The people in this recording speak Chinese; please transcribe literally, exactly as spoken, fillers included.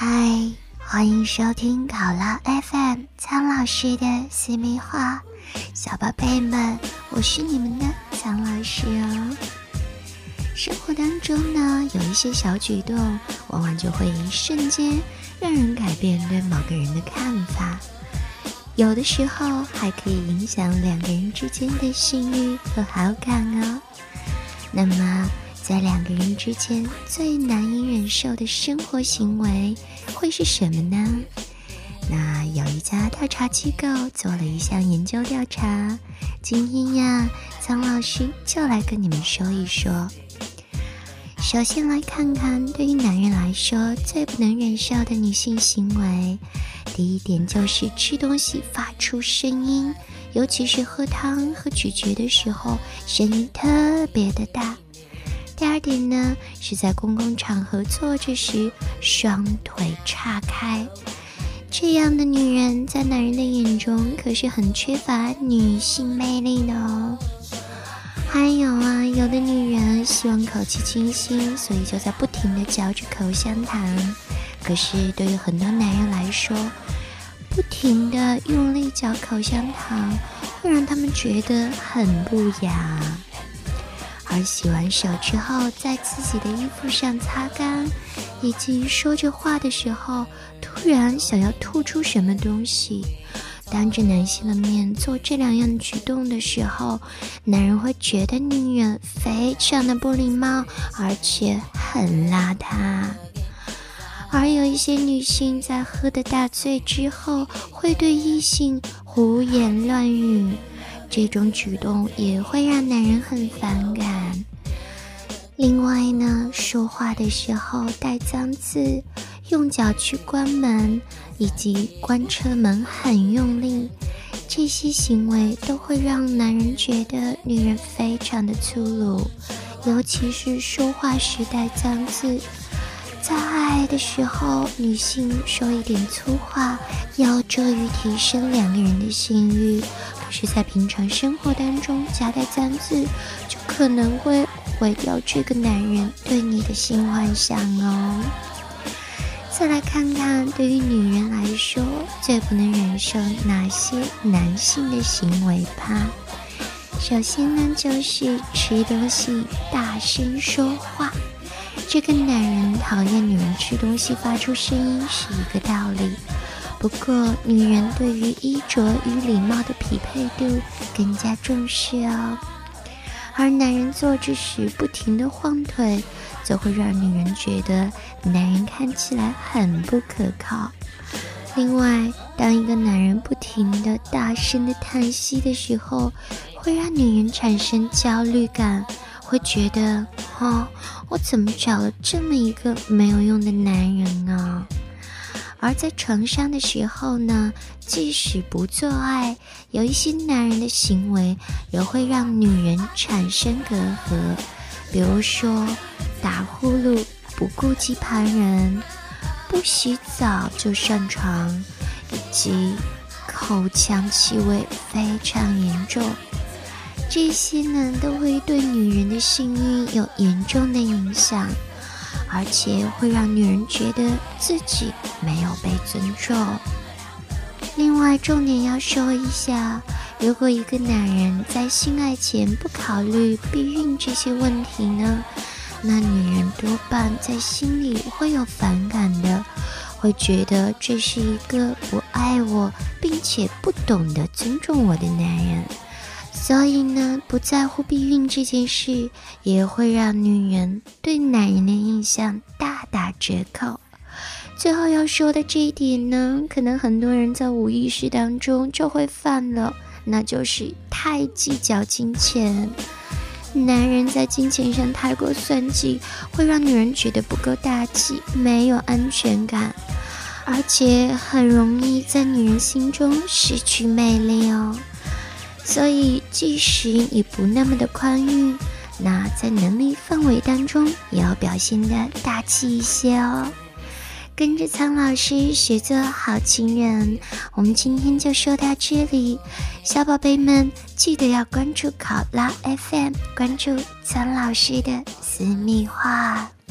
嗨，欢迎收听考拉 F M 苍老师的私密话，小宝贝们，我是你们的苍老师哦。生活当中呢，有一些小举动，往往就会一瞬间让人改变对某个人的看法，有的时候还可以影响两个人之间的性欲和好感哦。那么在两个人之间最难以忍受的生活行为会是什么呢？那有一家调查机构做了一项研究调查，今天呀，苍老师就来跟你们说一说。首先来看看对于男人来说最不能忍受的女性行为，第一点就是吃东西发出声音，尤其是喝汤和咀嚼的时候声音特别的大。第二点呢，是在公共场合坐着时双腿岔开，这样的女人在男人的眼中可是很缺乏女性魅力的哦。还有啊，有的女人希望口气清新，所以就在不停地嚼着口香糖，可是对于很多男人来说，不停地用力嚼口香糖会让他们觉得很不雅。而洗完手之后在自己的衣服上擦干，以及说着话的时候突然想要吐出什么东西，当着男性的面做这两样举动的时候，男人会觉得女人非常的不礼貌，而且很邋遢。而有一些女性在喝得大醉之后会对异性胡言乱语，这种举动也会让男人很反感。另外呢，说话的时候带脏字，用脚去关门，以及关车门很用力，这些行为都会让男人觉得女人非常的粗鲁，尤其是说话时带脏字。在爱的时候，女性说一点粗话有助于提升两个人的性欲，可是在平常生活当中夹带脏字，就可能会毁掉这个男人对你的性幻想哦。再来看看对于女人来说最不能忍受哪些男性的行为吧。首先呢，就是吃东西大声说话，这跟男人讨厌女人吃东西发出声音是一个道理，不过女人对于衣着与礼貌的匹配度更加重视哦。而男人坐着时不停地晃腿，则会让女人觉得男人看起来很不可靠。另外，当一个男人不停地大声地叹息的时候，会让女人产生焦虑感，会觉得哦，我怎么找了这么一个没有用的男人啊？而在床上的时候呢，即使不做爱，有一些男人的行为也会让女人产生隔阂，比如说打呼噜、不顾及旁人、不洗澡就上床，以及口腔气味非常严重。这些呢，都会对女人的性欲有严重的影响，而且会让女人觉得自己没有被尊重。另外，重点要说一下，如果一个男人在性爱前不考虑避孕这些问题呢，那女人多半在心里会有反感的，会觉得这是一个不爱我并且不懂得尊重我的男人。所以呢，不在乎避孕这件事，也会让女人对男人的印象大打折扣。最后要说的这一点呢，可能很多人在无意识当中就会犯了，那就是太计较金钱。男人在金钱上太过算计，会让女人觉得不够大气，没有安全感，而且很容易在女人心中失去魅力哦。所以即使你不那么的宽裕，那在能力范围当中也要表现得大气一些哦。跟着苍老师学做好情人，我们今天就说到这里，小宝贝们记得要关注考拉 F M， 关注苍老师的私密话。